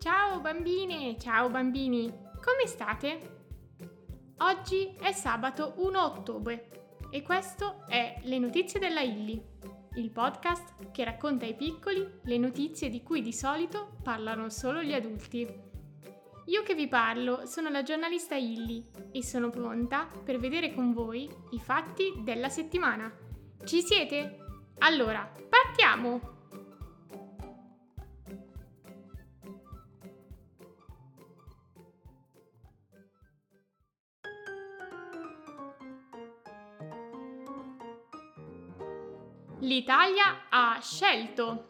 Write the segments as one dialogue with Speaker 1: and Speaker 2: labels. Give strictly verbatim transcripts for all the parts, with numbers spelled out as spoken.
Speaker 1: Ciao bambine, ciao bambini, come state? Oggi è sabato primo ottobre e questo è Le notizie della Illy, il podcast che racconta ai piccoli le notizie di cui di solito parlano solo gli adulti. Io che vi parlo sono la giornalista Illy e sono pronta per vedere con voi i fatti della settimana. Ci siete? Allora, partiamo! L'Italia ha scelto.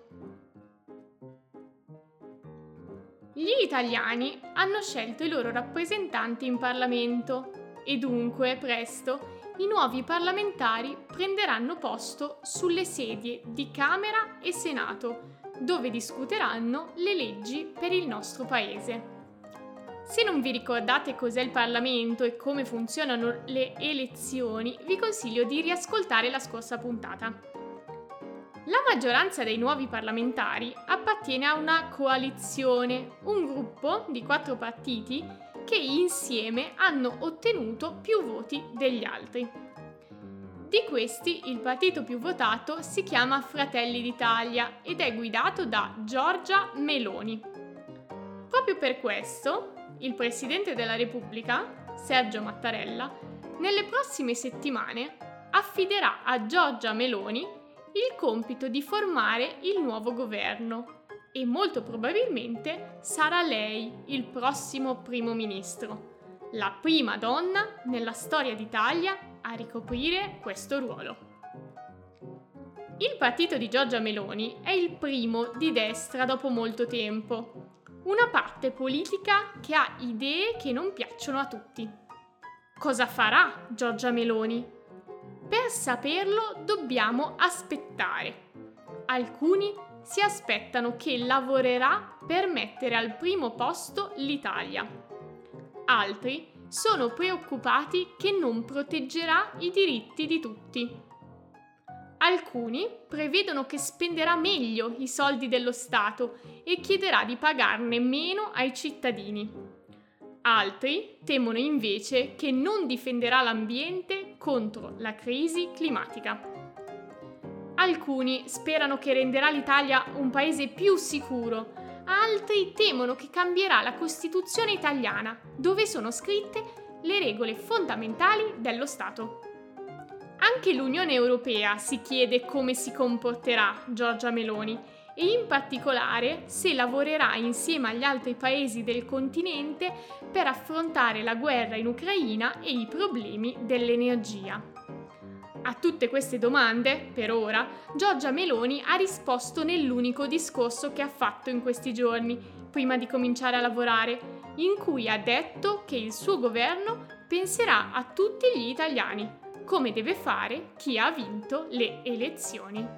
Speaker 1: Gli italiani hanno scelto i loro rappresentanti in Parlamento e dunque presto i nuovi parlamentari prenderanno posto sulle sedie di Camera e Senato, dove discuteranno le leggi per il nostro paese. Se non vi ricordate cos'è il Parlamento e come funzionano le elezioni, vi consiglio di riascoltare la scorsa puntata. La maggioranza dei nuovi parlamentari appartiene a una coalizione, un gruppo di quattro partiti che insieme hanno ottenuto più voti degli altri. Di questi, il partito più votato si chiama Fratelli d'Italia ed è guidato da Giorgia Meloni. Proprio per questo, il Presidente della Repubblica, Sergio Mattarella, nelle prossime settimane affiderà a Giorgia Meloni il compito di formare il nuovo governo e molto probabilmente sarà lei il prossimo primo ministro, la prima donna nella storia d'Italia a ricoprire questo ruolo. Il partito di Giorgia Meloni è il primo di destra dopo molto tempo, una parte politica che ha idee che non piacciono a tutti. Cosa farà Giorgia Meloni? Per saperlo dobbiamo aspettare. Alcuni si aspettano che lavorerà per mettere al primo posto l'Italia. Altri sono preoccupati che non proteggerà i diritti di tutti. Alcuni prevedono che spenderà meglio i soldi dello Stato e chiederà di pagarne meno ai cittadini. Altri temono invece che non difenderà l'ambiente contro la crisi climatica. Alcuni sperano che renderà l'Italia un paese più sicuro, altri temono che cambierà la Costituzione italiana, dove sono scritte le regole fondamentali dello Stato. Anche l'Unione Europea si chiede come si comporterà Giorgia Meloni e in particolare se lavorerà insieme agli altri paesi del continente per affrontare la guerra in Ucraina e i problemi dell'energia. A tutte queste domande, per ora, Giorgia Meloni ha risposto nell'unico discorso che ha fatto in questi giorni, prima di cominciare a lavorare, in cui ha detto che il suo governo penserà a tutti gli italiani, come deve fare chi ha vinto le elezioni.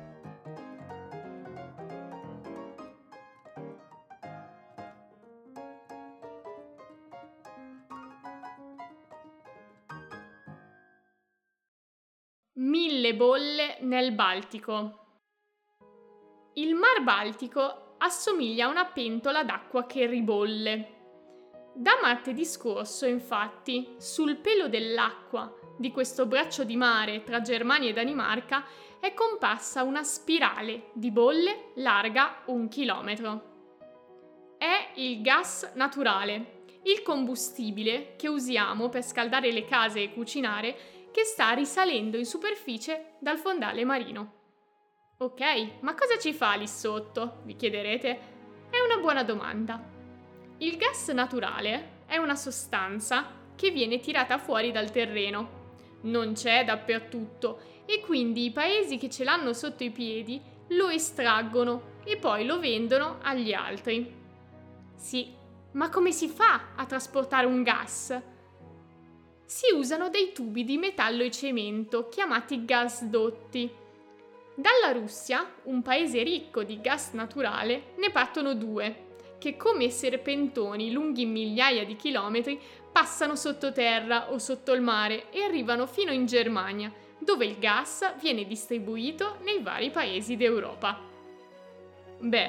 Speaker 1: Mille bolle nel Baltico. Il Mar Baltico assomiglia a una pentola d'acqua che ribolle. Da martedì scorso, infatti, sul pelo dell'acqua di questo braccio di mare tra Germania e Danimarca è comparsa una spirale di bolle larga un chilometro. È il gas naturale, il combustibile che usiamo per scaldare le case e cucinare, che sta risalendo in superficie dal fondale marino. Ok, ma cosa ci fa lì sotto? Vi chiederete? È una buona domanda. Il gas naturale è una sostanza che viene tirata fuori dal terreno. Non c'è dappertutto e quindi i paesi che ce l'hanno sotto i piedi lo estraggono e poi lo vendono agli altri. Sì, ma come si fa a trasportare un gas? Si usano dei tubi di metallo e cemento chiamati gasdotti. Dalla Russia, un paese ricco di gas naturale, ne partono due, che come serpentoni lunghi migliaia di chilometri passano sottoterra o sotto il mare e arrivano fino in Germania, dove il gas viene distribuito nei vari paesi d'Europa. Beh,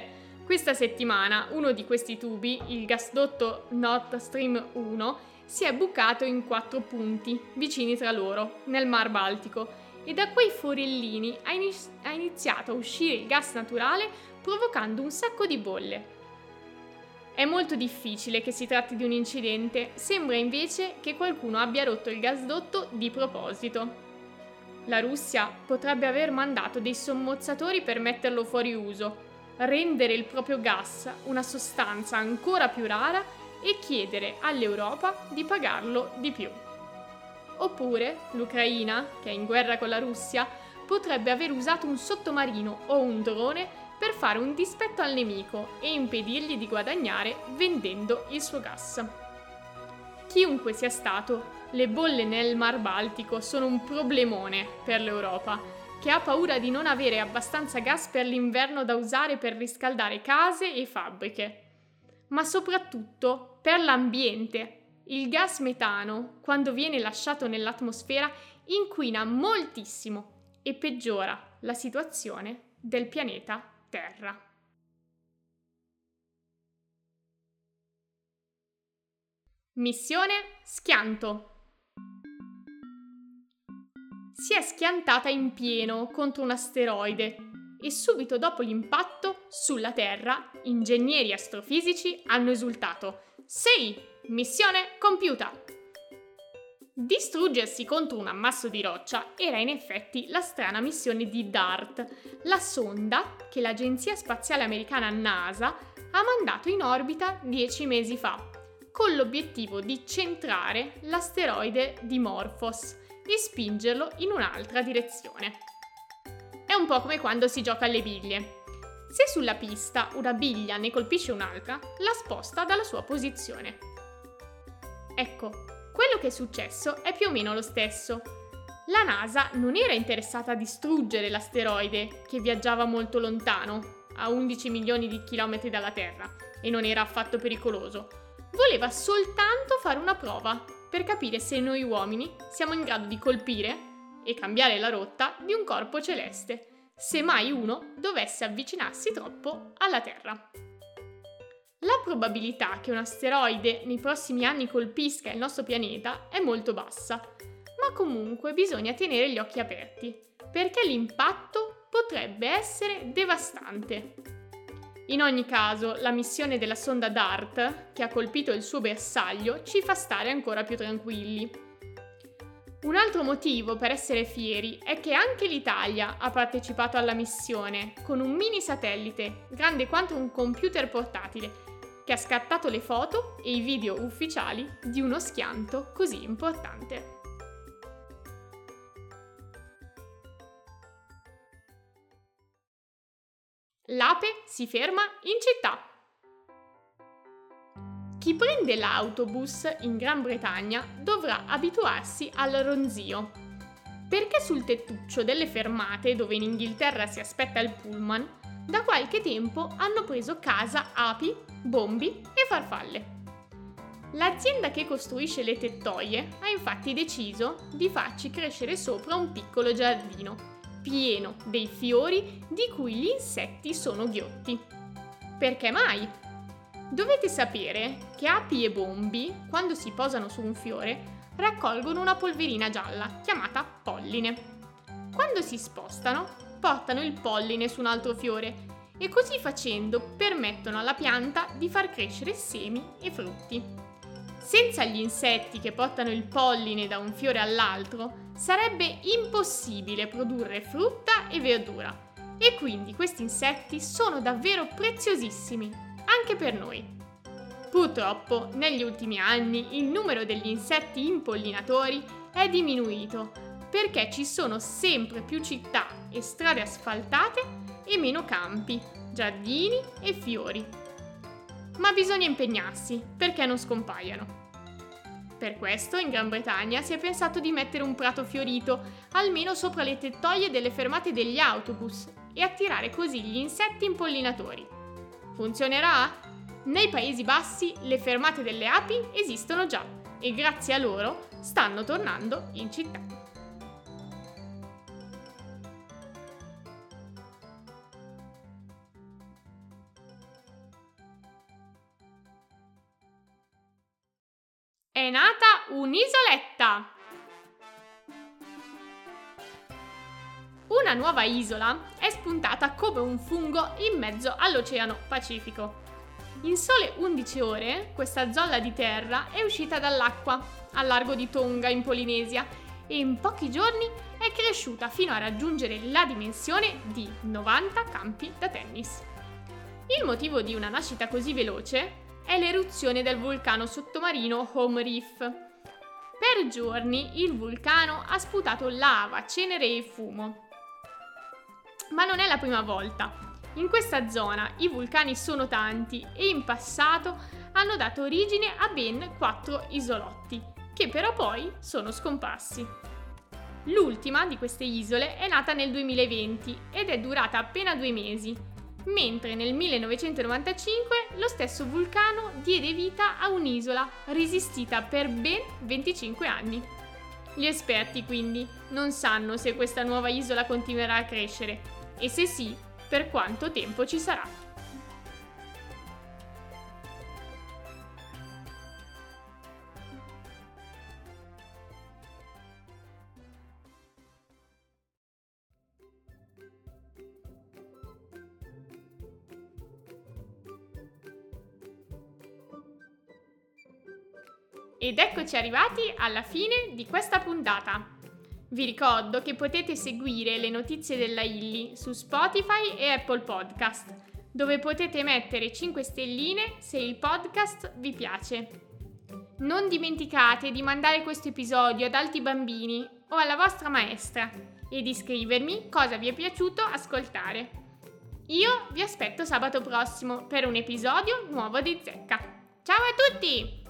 Speaker 1: Questa settimana uno di questi tubi, il gasdotto Nord Stream uno, si è bucato in quattro punti, vicini tra loro, nel Mar Baltico, e da quei forellini ha, iniz- ha iniziato a uscire il gas naturale provocando un sacco di bolle. È molto difficile che si tratti di un incidente, sembra invece che qualcuno abbia rotto il gasdotto di proposito. La Russia potrebbe aver mandato dei sommozzatori per metterlo fuori uso, rendere il proprio gas una sostanza ancora più rara e chiedere all'Europa di pagarlo di più. Oppure l'Ucraina, che è in guerra con la Russia, potrebbe aver usato un sottomarino o un drone per fare un dispetto al nemico e impedirgli di guadagnare vendendo il suo gas. Chiunque sia stato, le bolle nel Mar Baltico sono un problemone per l'Europa, che ha paura di non avere abbastanza gas per l'inverno da usare per riscaldare case e fabbriche. Ma soprattutto per l'ambiente. Il gas metano, quando viene lasciato nell'atmosfera, inquina moltissimo e peggiora la situazione del pianeta Terra. Missione Schianto. Si è schiantata in pieno contro un asteroide e subito dopo l'impatto sulla Terra, ingegneri astrofisici hanno esultato. Sì, missione compiuta! Distruggersi contro un ammasso di roccia era in effetti la strana missione di DART, la sonda che l'agenzia spaziale americana NASA ha mandato in orbita dieci mesi fa, con l'obiettivo di centrare l'asteroide Dimorphos e spingerlo in un'altra direzione. È un po' come quando si gioca alle biglie. Se sulla pista una biglia ne colpisce un'altra, la sposta dalla sua posizione. Ecco, quello che è successo è più o meno lo stesso. La NASA non era interessata a distruggere l'asteroide, che viaggiava molto lontano, a undici milioni di chilometri dalla Terra, e non era affatto pericoloso. Voleva soltanto fare una prova per capire se noi uomini siamo in grado di colpire e cambiare la rotta di un corpo celeste, se mai uno dovesse avvicinarsi troppo alla Terra. La probabilità che un asteroide nei prossimi anni colpisca il nostro pianeta è molto bassa, ma comunque bisogna tenere gli occhi aperti, perché l'impatto potrebbe essere devastante. In ogni caso, la missione della sonda DART, che ha colpito il suo bersaglio, ci fa stare ancora più tranquilli. Un altro motivo per essere fieri è che anche l'Italia ha partecipato alla missione con un mini satellite, grande quanto un computer portatile, che ha scattato le foto e i video ufficiali di uno schianto così importante. L'ape si ferma in città. Chi prende l'autobus in Gran Bretagna dovrà abituarsi al ronzio, perché sul tettuccio delle fermate dove in Inghilterra si aspetta il pullman, da qualche tempo hanno preso casa api, bombi e farfalle. L'azienda che costruisce le tettoie ha infatti deciso di farci crescere sopra un piccolo giardino, pieno dei fiori di cui gli insetti sono ghiotti. Perché mai? Dovete sapere che api e bombi, quando si posano su un fiore, raccolgono una polverina gialla chiamata polline. Quando si spostano, portano il polline su un altro fiore e così facendo permettono alla pianta di far crescere semi e frutti. Senza gli insetti che portano il polline da un fiore all'altro, sarebbe impossibile produrre frutta e verdura. E quindi questi insetti sono davvero preziosissimi, anche per noi. Purtroppo, negli ultimi anni, il numero degli insetti impollinatori è diminuito, perché ci sono sempre più città e strade asfaltate e meno campi, giardini e fiori. Ma bisogna impegnarsi perché non scompaiano. Per questo in Gran Bretagna si è pensato di mettere un prato fiorito almeno sopra le tettoie delle fermate degli autobus e attirare così gli insetti impollinatori. Funzionerà? Nei Paesi Bassi le fermate delle api esistono già e grazie a loro stanno tornando in città. È nata un'isoletta! Una nuova isola è spuntata come un fungo in mezzo all'Oceano Pacifico. In sole undici ore, questa zolla di terra è uscita dall'acqua, al largo di Tonga in Polinesia, e in pochi giorni è cresciuta fino a raggiungere la dimensione di novanta campi da tennis. Il motivo di una nascita così veloce è l'eruzione del vulcano sottomarino Home Reef. Per giorni il vulcano ha sputato lava, cenere e fumo. Ma non è la prima volta. In questa zona i vulcani sono tanti e in passato hanno dato origine a ben quattro isolotti, che però poi sono scomparsi. L'ultima di queste isole è nata nel duemilaventi ed è durata appena due mesi, mentre nel millenovecentonovantacinque lo stesso vulcano diede vita a un'isola resistita per ben venticinque anni. Gli esperti quindi non sanno se questa nuova isola continuerà a crescere e se sì, per quanto tempo ci sarà. Ed eccoci arrivati alla fine di questa puntata. Vi ricordo che potete seguire le notizie della Illy su Spotify e Apple Podcast, dove potete mettere cinque stelline se il podcast vi piace. Non dimenticate di mandare questo episodio ad altri bambini o alla vostra maestra e di scrivermi cosa vi è piaciuto ascoltare. Io vi aspetto sabato prossimo per un episodio nuovo di Zecca. Ciao a tutti!